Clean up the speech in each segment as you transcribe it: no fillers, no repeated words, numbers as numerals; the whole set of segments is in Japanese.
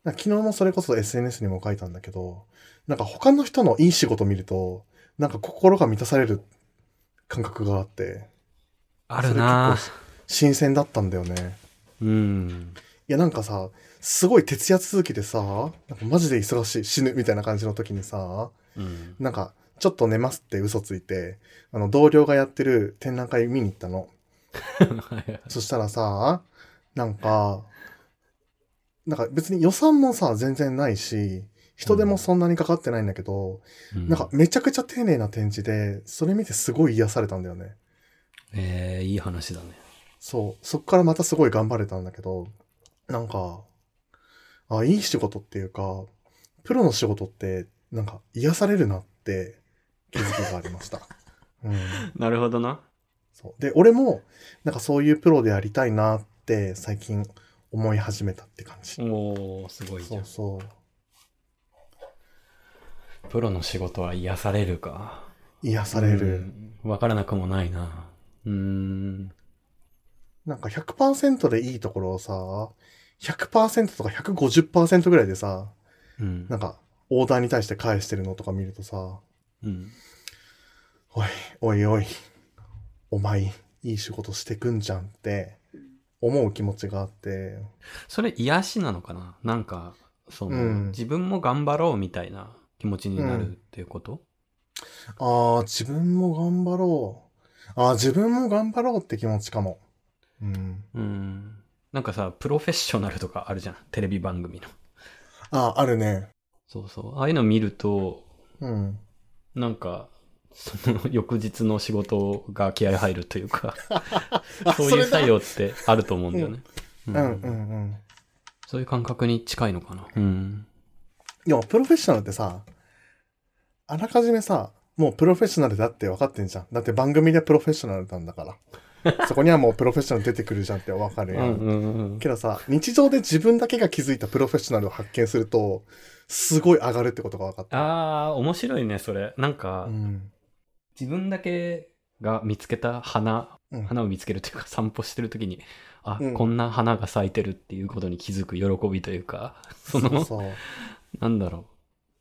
昨日もそれこそ SNS にも書いたんだけど、なんか他の人のいい仕事見ると、なんか心が満たされる感覚があって、 あるそれ結構な。 新鮮だったんだよね。 うん。 いやなんかさ、すごい徹夜続きでさ、なんかマジで忙しい、死ぬみたいな感じの時にさ、 うん。 なんか、ちょっと寝ますって嘘ついて、同僚がやってる展覧会見に行ったの。そしたらさ、なんか、なんか別に予算もさ、全然ないし、人手もうん。 そんなにかかってないんだけど、なんかうん。 めちゃくちゃ丁寧な展示で、それ見てすごい癒されたんだよね。 いい話だね。 そう。そっからまたすごい頑張れたんだけど、なんか、いい仕事っていうか、プロの仕事って、なんか癒されるなって気づきがありました。うん。 なるほどな。 そう。で、俺も、なんかそういうプロでありたいなって最近思い始めたって感じ。 おー、すごいじゃん。 そうそう。 プロの仕事は癒されるか。 癒うされる。 ん。わからなくもないな。 なんか100%でいいところをさ、100%とか150%ぐらいでさ、 うん。 なんか、オーダーに対して返してるのとか見るとさ、 うん。 おい、おいおい、お前、いい仕事してくんじゃんって思う気持ちがあって、 それ癒しなのかな、なんか、 うん、 自分も頑張ろうみたいな気持ちになるっうん。 ていうこと？ 自分も頑張ろう。自分も頑張ろうって気持ちかも。うん。 うん。なんかさ、プロフェッショナルとかあるじゃん。テレビ番組の。 あるね。 そうそう。ああいうの見ると、 うん。 なんか、その翌日の仕事が気合入るというか、そういう作それだ。 用ってあると思うんうん。 だよね。ううん、うん。 ん、うん。 そういう感覚に近いのかな。うん。 でも、プロフェッショナルってさ、あらかじめさ、もうプロフェッショナルだって分かってんじゃん。だって番組でプロフェッショナルなんだから。そこにはもうプロフェッショナル出てくるじゃんって分かるやん。 うんうんうん。 けどさ、日常で自分だけが気づいたプロフェッショナルを発見すると、すごい上がるってことが分かった。 面白いね、それ。なんか、 うん。 自分だけが見つけたうん。 花を見つけるというか散歩してる時に、あ、 うん。 こんな花が咲いてるっていうことに気づく喜びというか、 そうそなんだろ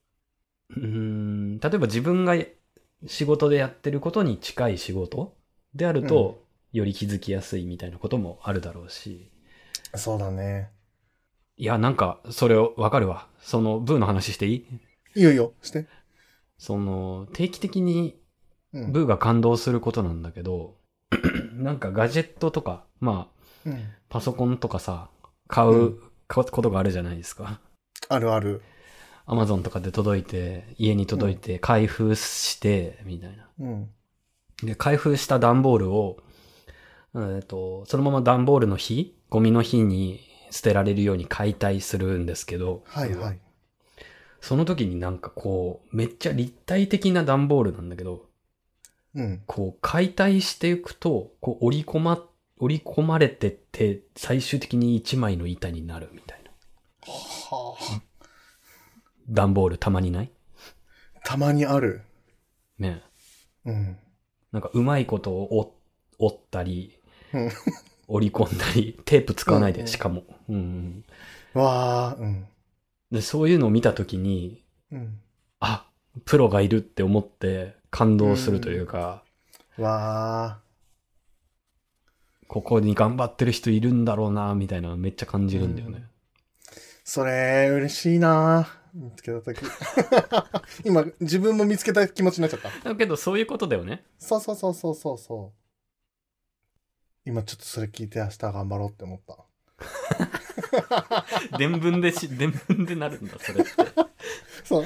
例えば自分が仕事でやってることに近い仕事であるう。うん。 と、より気づきやすいみたいなこともあるだろうし、 そうだね。 いや、なんか、それをわかるわ。その、ブーの話していい？ いいよいいよ、して。 定期的にうん。 ブーが感動することなんだけど、なんかガジェットとか、まあ、 うん。 パソコンとかさ、買ううん。 ことがあるじゃないですか。 あるある。 アマゾンとかで届いて、家にうん。 届いて、開封して、みたいな。 うん。 で、開封した段ボールを、そのまま段ボールの日、ゴミの日に捨てられるように解体するんですけど、僕は。 はいはい。 その時になんかこう、めっちゃ立体的な段ボールなんだけど、 うん。 こう解体していくと、こう折り込まれてって、最終的に一枚の板になるみたいな。 はあ。 段ボールたまにない？ たまにある。 ね。 うん。 なんかうまいことを折ったり、 うん。 折り込んだり、テープ使うん。 わないで、しうん。 かも。うん。 わあ、うん。 で、そういうのを見たときに、 うん。 あ、プロがいるって思って感う動するというん。 か、 わあ。 ここに頑張ってる人いるんだろうな、みたいなのめっちゃ感うじるんだよね。 ん。それ、嬉しいな。見つけたとき。今、自分も見つけた気持ちになっちゃった。 だけどそういうことだよね。 そうそうそうそうそうそう。今ちょっとそれ聞いて明日頑張ろうって思った。 伝聞でなるんだ、それって。 そう。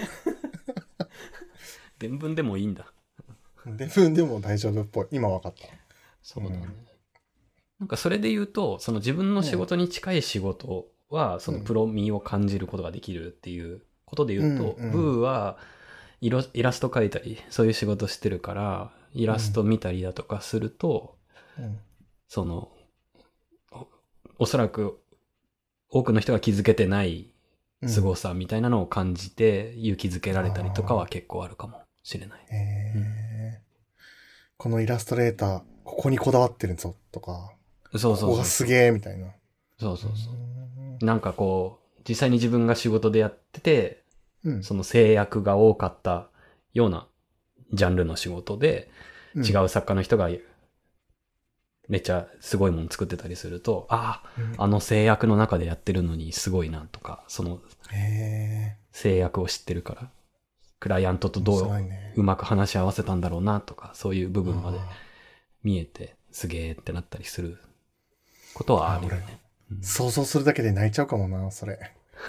伝聞でもいいんだ。 自分でも大丈夫っぽい。今わかった。 そうだね。なんかそれで言うと、その自分の仕うん。 事に近い仕事は、そうん。 のプロ味を感じることができるっていうことでうん。 言うと、 うん。 ブーはイラスト描いたり、そういう仕事してるから、イラスうん。 ト見たりだとかすると、 うん。 その、おそらく多くの人が気づけてないうん。 凄さみたいなのを感じて勇気づけられたりとかはあ結構あるかもしれない。 あ。へうん。 え。このイラストレーター、ここにこだわってるぞとか、 そうここがそうそうそう。 すげえみたいな。うそうそうそん。 う。なんかこう、 実際に自分が仕事でやってて、 うん。 その制約が多かったようなジャンルの仕事で、違う作家の人がめっちゃすごいもの作ってたりすると、あの制約の中でやってるのにすごいなとか、その制約を知ってるから、クライアントとどううまく話し合わせたんだろうなとか、そういう部分まで見えてすげーってなったりすることはあるよね。 想像するだけで泣いちゃうかもな、それ。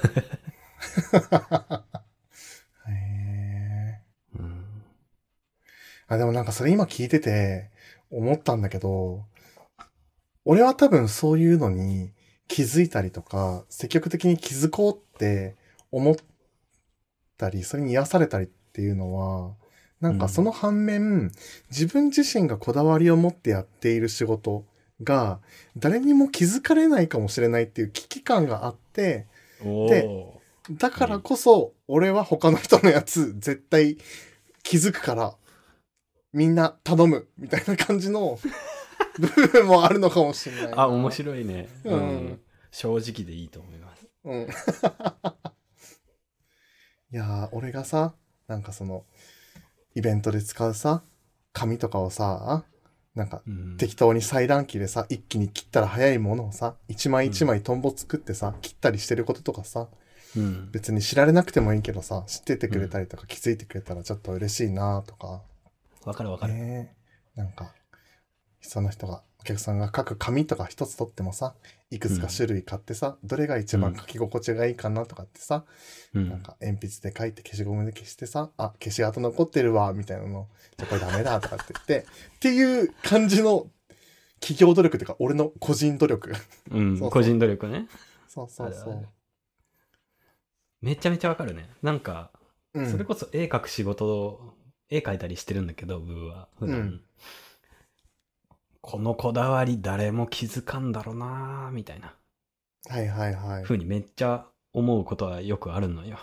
でもなんかそれ今聞いてて思ったんだけど、俺は多分そういうのに気づいたりとか、積極的に気づこうって思ったり、それに癒されたりっていうのは、なんかその反面、自分自身がこだわりを持ってやっている仕事が誰にも気づかれないかもしれないっていう危機感があって、で、だからこそ俺は他の人のやつ絶対気づくからみんな頼むみたいな感じの部分もあるのかもしれない。 面白いね。正直でいいと思います。 いや俺がさ、なんかそのイベントで使うさ、紙とかをさ、なんか適当に裁断機でさ、一気に切ったら早いものをさ、一枚一枚トンボ作ってさ、切ったりしてることとかさ、別に知られなくてもいいけどさ、知っててくれたりとか気づいてくれたらちょっと嬉しいなとか。 わかるわかる。 なんか、その人が、お客さんが書く紙とか一つ取ってもさ、いくつか種類買ってさ、どれが一番書き心地がいいかなとかってさ、なんか鉛筆で書いて消しゴムで消してさ、消し跡残ってるわ、みたいなの、じゃあこれダメだとかって言って、っていう感じの企業努力というか、俺の個人努力。 個人努力ね。 そうそうそう。 めちゃめちゃわかるね。なんか、それこそ絵描く仕事、絵描いたりしてるんだけど、僕は。このこだわり誰も気づかんだろうなみたいな。ふうにめっちゃ思うことはよくあるのよ。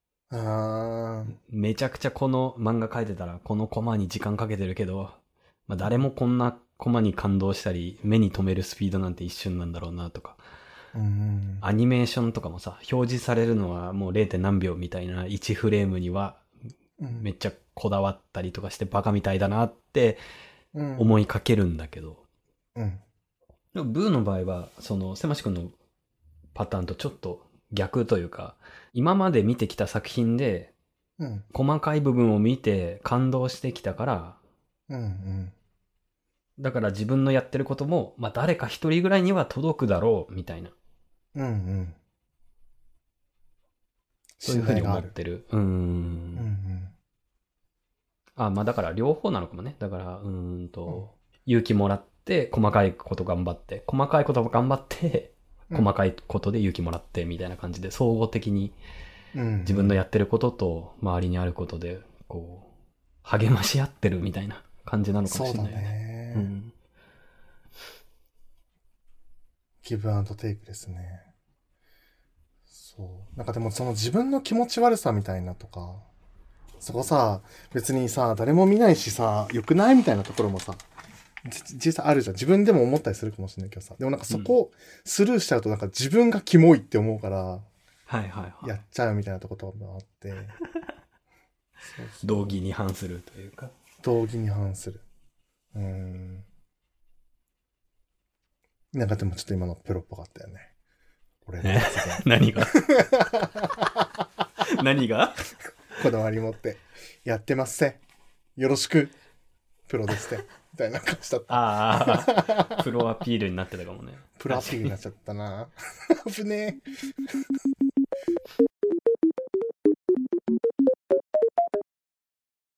めちゃくちゃこの漫画描いてたら、このコマに時間かけてるけど、誰もこんなコマに感動したり、目に留めるスピードなんて一瞬なんだろうなとか。アニメーションとかもさ、表示されるのはもう 0. 何秒みたいな1フレームには、めっちゃこだわったりとかしてバカみたいだなって思いかけるんだけど、でもブーの場合はそのせまし君のパターンとちょっと逆というか、今まで見てきた作品で細かい部分を見て感動してきたから、だから自分のやってることも誰か一人ぐらいには届くだろうみたいな、そういうふうに思ってる。だから両方なのかもね。だから勇気もらって細かいこと頑張って、細かいこと頑張って、細かいことで勇気もらってみたいな感じで、総合的に自分のやってることと周りにあることでこう励まし合ってるみたいな感じなのかもしれないよね。 ギブアンドテイクですね。そう。なんかでもその自分の気持ち悪さみたいなとか、そこさ、別にさ、誰も見ないしさ、良くないみたいなところもさ、実際あるじゃん。自分でも思ったりするかもしれないけどさ。でもなんかそこをスルーしちゃうとなんか自分がキモいって思うから、やっちゃうみたいなところもあって。 道義に反するというか。 道義に反する。なんかでもちょっと今のプロっぽかったよね。俺の何が何がこだわり持ってやってますせ。よろしく。プロですって。みたいな感じだった。 プロアピールになってたかもね。 プロアピールになっちゃったな。危ねえ。